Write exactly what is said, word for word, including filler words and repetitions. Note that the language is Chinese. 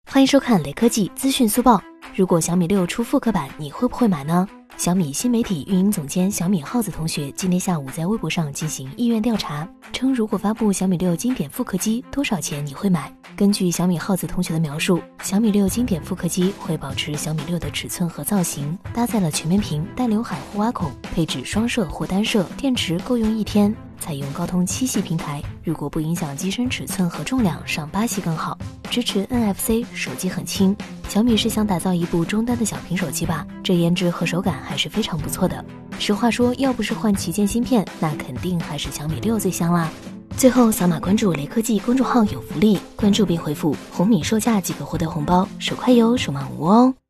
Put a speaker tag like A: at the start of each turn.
A: 欢迎收看雷科技资讯速报。如果小米六出复刻版，你会不会买呢？小米新媒体运营总监小米耗子同学今天下午在微博上进行意愿调查，称如果发布小米六经典复刻机，多少钱你会买？根据小米耗子同学的描述，小米六经典复刻机会保持小米六的尺寸和造型，搭载了全面屏、带刘海护挖孔，配置双摄或单摄，电池够用一天。采用高通七系平台，如果不影响机身尺寸和重量，上八系更好。支持 N F C， 手机很轻。小米是想打造一部中端的小屏手机吧？这颜值和手感还是非常不错的。实话说，要不是换旗舰芯片，那肯定还是小米六最香啦。最后，扫码关注雷科技公众号有福利，关注并回复红米售价即可获得红包，手快有，手慢无哦。